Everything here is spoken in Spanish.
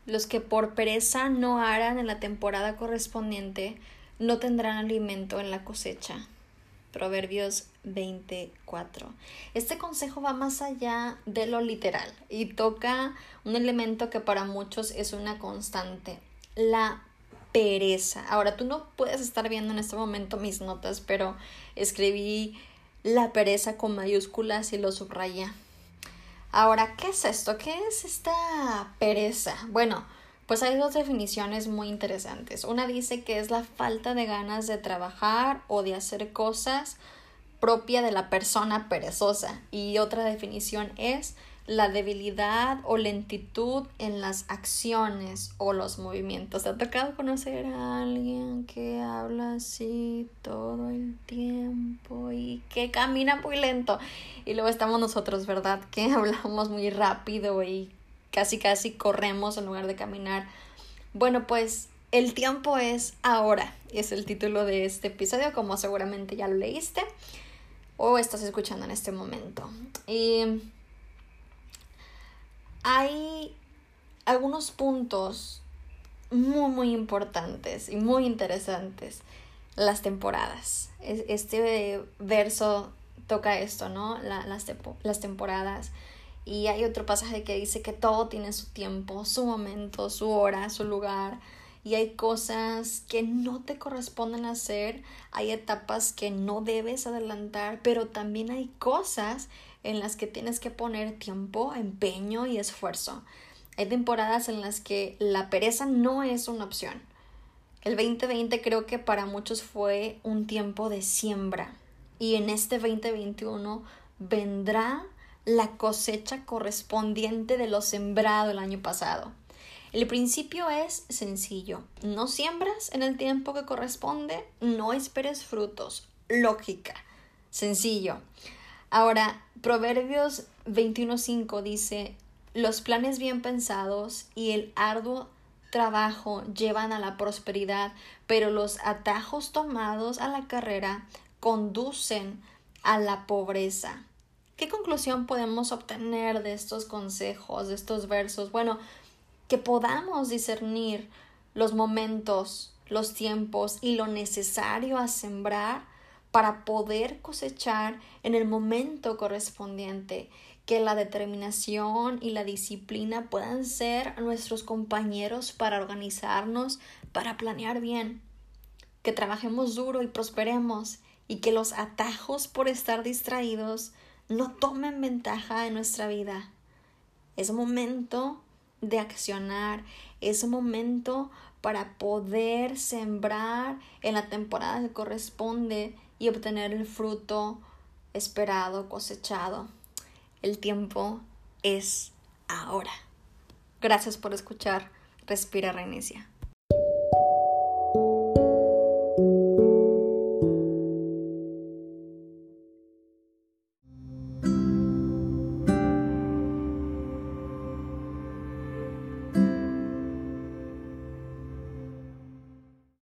Los que por pereza no aran en la temporada correspondiente no tendrán alimento en la cosecha. Proverbios 24. Este consejo va más allá de lo literal y toca un elemento que para muchos es una constante, la pereza. Ahora, tú no puedes estar viendo en este momento mis notas, pero escribí la pereza con mayúsculas y lo subrayé. Ahora, ¿qué es esto? ¿Qué es esta pereza? Bueno, pues hay dos definiciones muy interesantes. Una dice que es la falta de ganas de trabajar o de hacer cosas propia de la persona perezosa. Y otra definición es la debilidad o lentitud en las acciones o los movimientos. ¿Te ha tocado conocer a alguien que habla así todo el tiempo y que camina muy lento? Y luego estamos nosotros, ¿verdad? Que hablamos muy rápido y casi corremos en lugar de caminar. Bueno, pues el tiempo es ahora. Es el título de este episodio, como seguramente ya lo leíste o estás escuchando en este momento. Y hay algunos puntos muy importantes y muy interesantes. Las temporadas. Este verso toca esto, ¿no? Las temporadas. Y hay otro pasaje que dice que todo tiene su tiempo, su momento, su hora, su lugar. Y hay cosas que no te corresponden hacer, hay etapas que no debes adelantar, pero también hay cosas en las que tienes que poner tiempo, empeño y esfuerzo. Hay temporadas en las que la pereza no es una opción. El 2020 creo que para muchos fue un tiempo de siembra y en este 2021 vendrá la cosecha correspondiente de lo sembrado el año pasado. El principio es sencillo. No siembras en el tiempo que corresponde, no esperes frutos. Lógica. Sencillo. Ahora, Proverbios 21:5 dice: los planes bien pensados y el arduo trabajo llevan a la prosperidad, pero los atajos tomados a la carrera conducen a la pobreza. ¿Qué conclusión podemos obtener de estos consejos, de estos versos? Bueno, que podamos discernir los momentos, los tiempos y lo necesario a sembrar para poder cosechar en el momento correspondiente. Que la determinación y la disciplina puedan ser nuestros compañeros para organizarnos, para planear bien. Que trabajemos duro y prosperemos y que los atajos por estar distraídos no tomen ventaja en nuestra vida. Es momento de accionar, es momento para poder sembrar en la temporada que corresponde y obtener el fruto esperado, cosechado. El tiempo es ahora. Gracias por escuchar. Respira, reinicia.